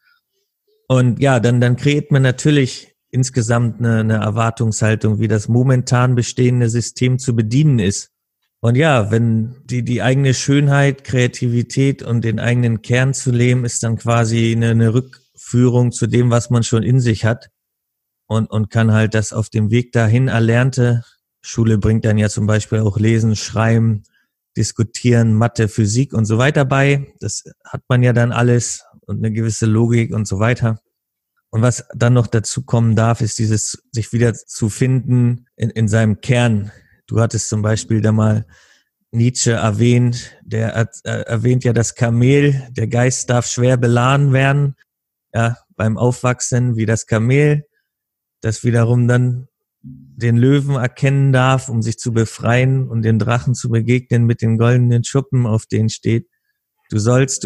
Und ja, dann kreiert man natürlich insgesamt eine Erwartungshaltung, wie das momentan bestehende System zu bedienen ist. Und ja, wenn die eigene Schönheit, Kreativität und den eigenen Kern zu leben, ist dann quasi eine Rückführung zu dem, was man schon in sich hat und kann halt das auf dem Weg dahin Erlernte. Schule bringt dann ja zum Beispiel auch Lesen, Schreiben, Diskutieren, Mathe, Physik und so weiter bei. Das hat man ja dann alles und eine gewisse Logik und so weiter. Und was dann noch dazu kommen darf, ist dieses sich wieder zu finden in seinem Kern. Du hattest zum Beispiel da mal Nietzsche erwähnt, der erwähnt ja das Kamel, der Geist darf schwer beladen werden, ja, beim Aufwachsen wie das Kamel, das wiederum dann den Löwen erkennen darf, um sich zu befreien und den Drachen zu begegnen mit den goldenen Schuppen, auf denen steht, du sollst,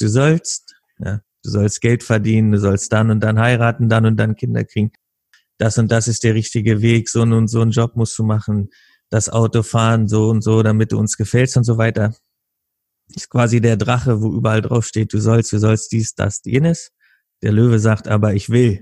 ja, du sollst Geld verdienen, du sollst dann und dann heiraten, dann und dann Kinder kriegen, das und das ist der richtige Weg, so und so einen Job musst du machen, das Auto fahren, so und so, damit du uns gefällst und so weiter. Ist quasi der Drache, wo überall drauf steht, du sollst dies, das, jenes. Der Löwe sagt aber, ich will.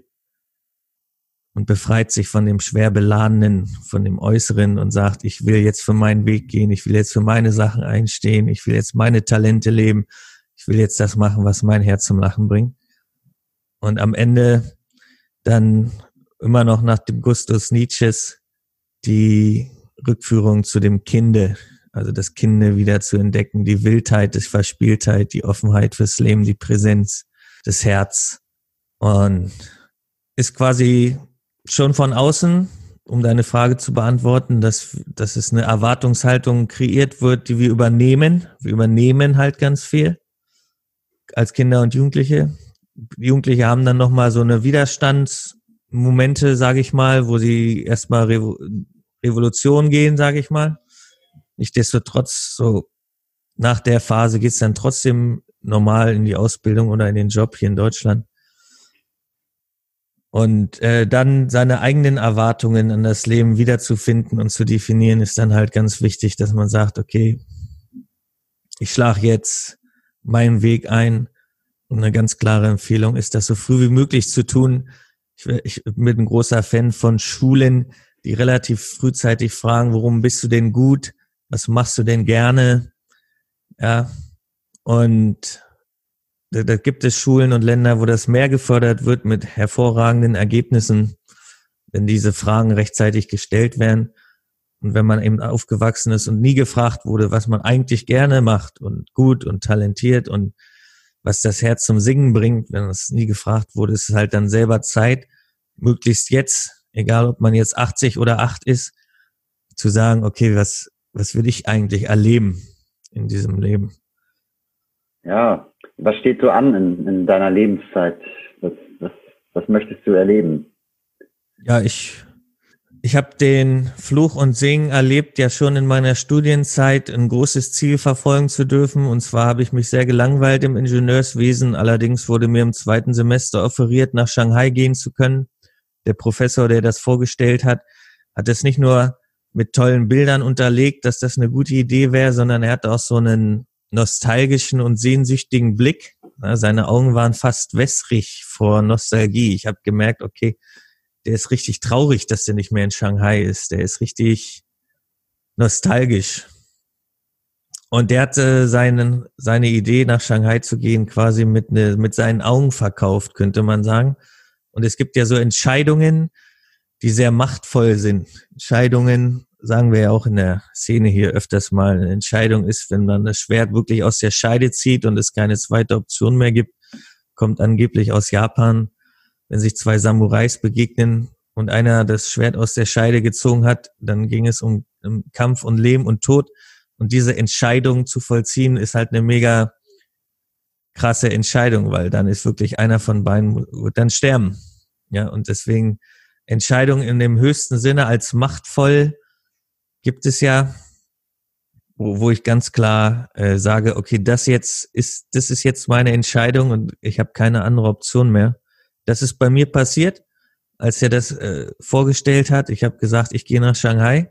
Und befreit sich von dem schwer beladenen, von dem Äußeren und sagt, ich will jetzt für meinen Weg gehen, ich will jetzt für meine Sachen einstehen, ich will jetzt meine Talente leben, ich will jetzt das machen, was mein Herz zum Lachen bringt. Und am Ende dann immer noch nach dem Gustus Nietzsches die Rückführung zu dem Kinde, also das Kinde wieder zu entdecken, die Wildheit, die Verspieltheit, die Offenheit fürs Leben, die Präsenz, das Herz. Und ist quasi schon von außen, um deine Frage zu beantworten, dass es eine Erwartungshaltung kreiert wird, die wir übernehmen. Wir übernehmen halt ganz viel als Kinder und Jugendliche. Die Jugendliche haben dann nochmal so eine Widerstandsmomente, sage ich mal, wo sie erstmal Revolution gehen, sage ich mal. Nichtsdestotrotz, so nach der Phase geht's dann trotzdem normal in die Ausbildung oder in den Job hier in Deutschland. Und dann seine eigenen Erwartungen an das Leben wiederzufinden und zu definieren, ist dann halt ganz wichtig, dass man sagt, okay, ich schlage jetzt meinen Weg ein. Und eine ganz klare Empfehlung ist, das so früh wie möglich zu tun. Ich bin ein großer Fan von Schulen, die relativ frühzeitig fragen, worum bist du denn gut? Was machst du denn gerne? Ja, und da gibt es Schulen und Länder, wo das mehr gefördert wird mit hervorragenden Ergebnissen, wenn diese Fragen rechtzeitig gestellt werden. Und wenn man eben aufgewachsen ist und nie gefragt wurde, was man eigentlich gerne macht und gut und talentiert und was das Herz zum Singen bringt, wenn es nie gefragt wurde, ist es halt dann selber Zeit, möglichst jetzt, egal ob man jetzt 80 oder 8 ist, zu sagen, okay, was will ich eigentlich erleben in diesem Leben? Ja, was steht so an in deiner Lebenszeit? Was möchtest du erleben? Ja, ich habe den Fluch und Segen erlebt, ja schon in meiner Studienzeit ein großes Ziel verfolgen zu dürfen. Und zwar habe ich mich sehr gelangweilt im Ingenieurswesen. Allerdings wurde mir im 2. Semester offeriert, nach Shanghai gehen zu können. Der Professor, der das vorgestellt hat es nicht nur mit tollen Bildern unterlegt, dass das eine gute Idee wäre, sondern er hatte auch so einen nostalgischen und sehnsüchtigen Blick. Seine Augen waren fast wässrig vor Nostalgie. Ich habe gemerkt, okay, der ist richtig traurig, dass der nicht mehr in Shanghai ist. Der ist richtig nostalgisch. Und der hatte seine Idee, nach Shanghai zu gehen, quasi mit seinen Augen verkauft, könnte man sagen. Und es gibt ja so Entscheidungen, die sehr machtvoll sind. Entscheidungen, sagen wir ja auch in der Szene hier öfters mal, eine Entscheidung ist, wenn man das Schwert wirklich aus der Scheide zieht und es keine zweite Option mehr gibt, kommt angeblich aus Japan, wenn sich 2 Samurais begegnen und einer das Schwert aus der Scheide gezogen hat, dann ging es um Kampf und Leben und Tod. Und diese Entscheidung zu vollziehen, ist halt eine mega krasse Entscheidung, weil dann ist wirklich einer von beiden wird dann sterben. Ja, und deswegen Entscheidung in dem höchsten Sinne als machtvoll gibt es ja, wo ich ganz klar sage, okay, das ist jetzt meine Entscheidung und ich habe keine andere Option mehr. Das ist bei mir passiert, als er das vorgestellt hat. Ich habe gesagt, ich gehe nach Shanghai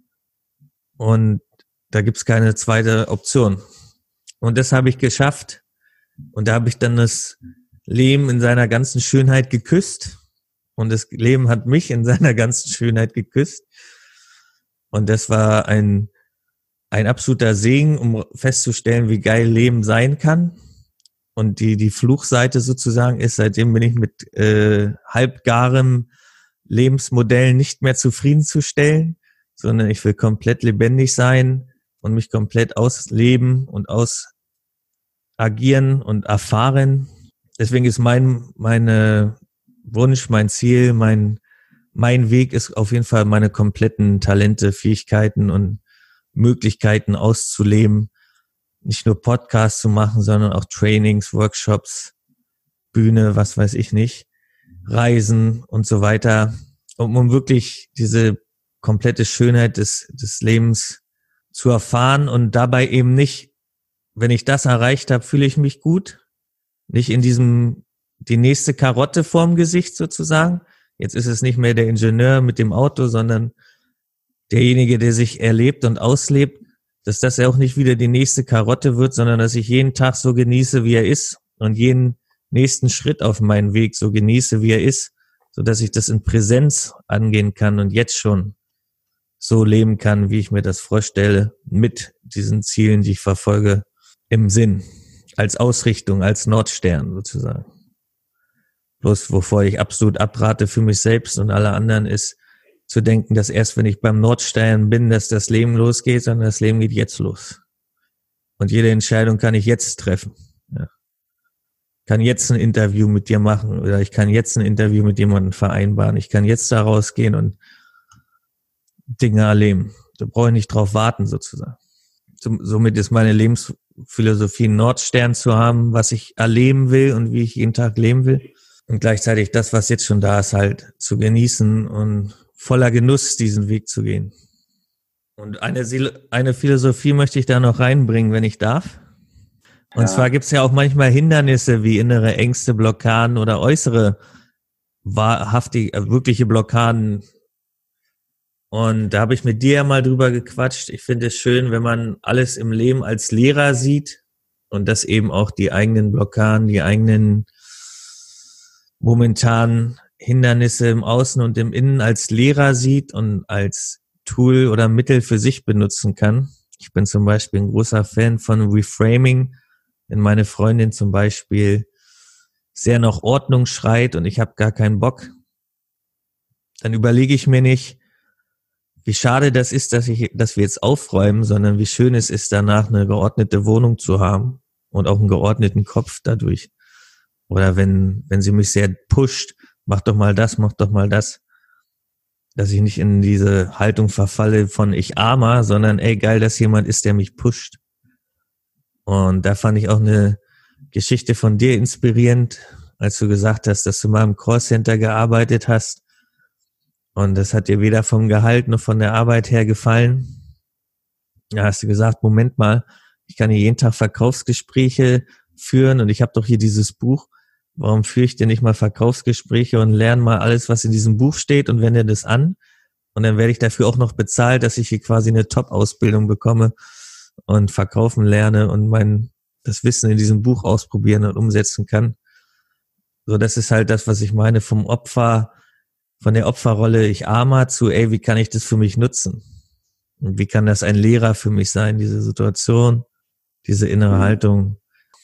und da gibt's keine zweite Option. Und das habe ich geschafft. Und da habe ich dann das Leben in seiner ganzen Schönheit geküsst. Und das Leben hat mich in seiner ganzen Schönheit geküsst. Und das war ein absoluter Segen, um festzustellen, wie geil Leben sein kann. Und die Fluchseite sozusagen ist, seitdem bin ich mit halbgarem Lebensmodell nicht mehr zufriedenzustellen, sondern ich will komplett lebendig sein und mich komplett ausleben und ausagieren und erfahren. Deswegen ist mein Wunsch, mein Ziel, mein Weg ist auf jeden Fall, meine kompletten Talente, Fähigkeiten und Möglichkeiten auszuleben. Nicht nur Podcasts zu machen, sondern auch Trainings, Workshops, Bühne, was weiß ich nicht, Reisen und so weiter, um wirklich diese komplette Schönheit des Lebens zu erfahren und dabei eben nicht, wenn ich das erreicht habe, fühle ich mich gut, nicht in die nächste Karotte vorm Gesicht sozusagen. Jetzt ist es nicht mehr der Ingenieur mit dem Auto, sondern derjenige, der sich erlebt und auslebt, dass das ja auch nicht wieder die nächste Karotte wird, sondern dass ich jeden Tag so genieße, wie er ist und jeden nächsten Schritt auf meinen Weg so genieße, wie er ist, so dass ich das in Präsenz angehen kann und jetzt schon so leben kann, wie ich mir das vorstelle, mit diesen Zielen, die ich verfolge, im Sinn, als Ausrichtung, als Nordstern sozusagen. Bloß wovor ich absolut abrate für mich selbst und alle anderen ist, zu denken, dass erst wenn ich beim Nordstern bin, dass das Leben losgeht, sondern das Leben geht jetzt los. Und jede Entscheidung kann ich jetzt treffen. Ja. Kann jetzt ein Interview mit dir machen oder ich kann jetzt ein Interview mit jemandem vereinbaren. Ich kann jetzt da rausgehen und Dinge erleben. Da brauche ich nicht drauf warten sozusagen. Somit ist meine Lebensphilosophie, einen Nordstern zu haben, was ich erleben will und wie ich jeden Tag leben will. Und gleichzeitig das, was jetzt schon da ist, halt zu genießen und voller Genuss diesen Weg zu gehen. Und eine Philosophie möchte ich da noch reinbringen, wenn ich darf. Und zwar gibt es ja auch manchmal Hindernisse wie innere Ängste, Blockaden oder äußere wahrhaftige, wirkliche Blockaden. Und da habe ich mit dir ja mal drüber gequatscht. Ich finde es schön, wenn man alles im Leben als Lehrer sieht und dass eben auch die eigenen Blockaden, die eigenen momentanen Hindernisse im Außen und im Innen als Lehrer sieht und als Tool oder Mittel für sich benutzen kann. Ich bin zum Beispiel ein großer Fan von Reframing, wenn meine Freundin zum Beispiel sehr nach Ordnung schreit und ich habe gar keinen Bock, dann überlege ich mir nicht, wie schade das ist, dass wir jetzt aufräumen, sondern wie schön es ist, danach eine geordnete Wohnung zu haben und auch einen geordneten Kopf dadurch. Oder wenn sie mich sehr pusht, mach doch mal das, dass ich nicht in diese Haltung verfalle von ich Armer, sondern ey, geil, dass jemand ist, der mich pusht. Und da fand ich auch eine Geschichte von dir inspirierend, als du gesagt hast, dass du mal im Callcenter gearbeitet hast. Und das hat dir weder vom Gehalt noch von der Arbeit her gefallen. Da hast du gesagt, Moment mal, ich kann hier jeden Tag Verkaufsgespräche führen und ich habe doch hier dieses Buch. Warum führe ich denn nicht mal Verkaufsgespräche und lerne mal alles, was in diesem Buch steht und wende das an? Und dann werde ich dafür auch noch bezahlt, dass ich hier quasi eine Top-Ausbildung bekomme und verkaufen lerne und das Wissen in diesem Buch ausprobieren und umsetzen kann. So, das ist halt das, was ich meine, von der Opferrolle ich Armer zu, ey, wie kann ich das für mich nutzen? Und wie kann das ein Lehrer für mich sein, diese Situation, diese innere Haltung?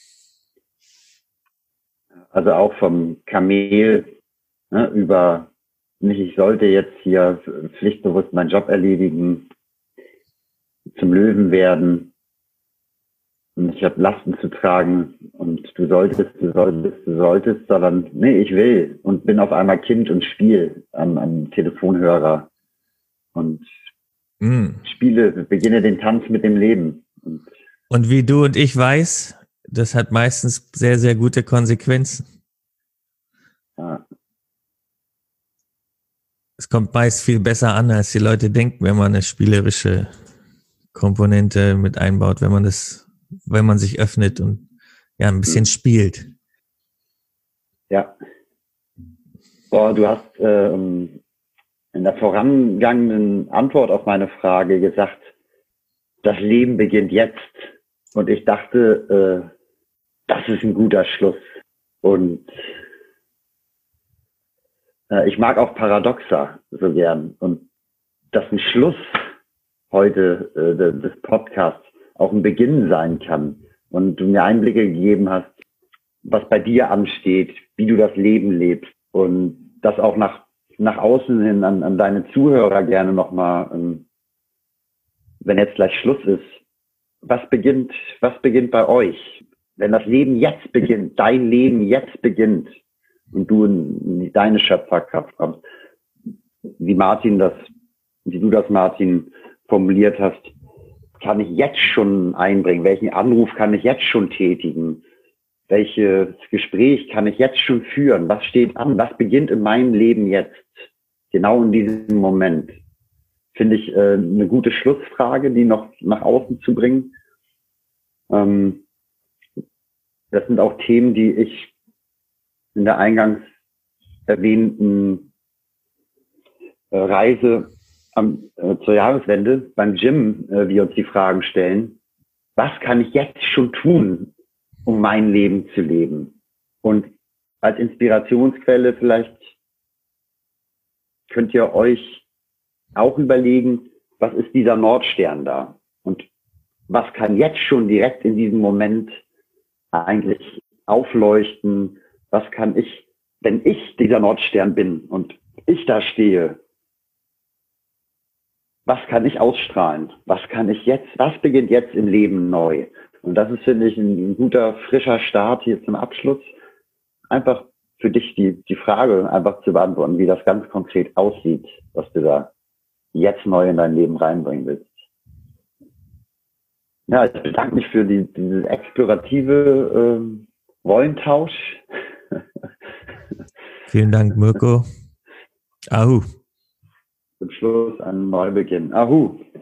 Also auch vom Kamel, ne, über nicht, ich sollte jetzt hier pflichtbewusst meinen Job erledigen, zum Löwen werden und ich habe Lasten zu tragen und du solltest, sondern nee, ich will und bin auf einmal Kind und spiel am Telefonhörer und beginne den Tanz mit dem Leben. Und wie du und ich weiß, das hat meistens sehr, sehr gute Konsequenzen. Ja. Es kommt meist viel besser an, als die Leute denken, wenn man eine spielerische Komponente mit einbaut, wenn man sich öffnet und ja ein bisschen spielt. Ja. Boah, du hast in der vorangegangenen Antwort auf meine Frage gesagt, das Leben beginnt jetzt. Und ich dachte, das ist ein guter Schluss. Und ich mag auch Paradoxa so gern. Und dass ein Schluss heute des Podcasts auch ein Beginn sein kann. Und du mir Einblicke gegeben hast, was bei dir ansteht, wie du das Leben lebst. Und das auch nach außen hin an deine Zuhörer gerne nochmal, wenn jetzt gleich Schluss ist, was beginnt bei euch? Wenn das Leben jetzt beginnt, dein Leben jetzt beginnt und du in deine Schöpferkraft kommst, wie du das, Martin, formuliert hast, kann ich jetzt schon einbringen? Welchen Anruf kann ich jetzt schon tätigen? Welches Gespräch kann ich jetzt schon führen? Was steht an? Was beginnt in meinem Leben jetzt? Genau in diesem Moment. Finde ich eine gute Schlussfrage, die noch nach außen zu bringen. Das sind auch Themen, die ich in der eingangs erwähnten Reise zur Jahreswende beim Gym, wir uns die Fragen stellen, was kann ich jetzt schon tun, um mein Leben zu leben? Und als Inspirationsquelle vielleicht könnt ihr euch auch überlegen, was ist dieser Nordstern da? Und was kann jetzt schon direkt in diesem Moment eigentlich aufleuchten? Was kann ich, wenn ich dieser Nordstern bin und ich da stehe, was kann ich ausstrahlen? Was beginnt jetzt im Leben neu? Und das ist, finde ich, ein guter, frischer Start hier zum Abschluss. Einfach für dich die Frage einfach zu beantworten, wie das ganz konkret aussieht, was du da jetzt neu in dein Leben reinbringen willst. Ja, ich bedanke mich für diese explorative Rollentausch. Vielen Dank, Mirko. Ahu. Zum Schluss ein Neubeginn. Ahu.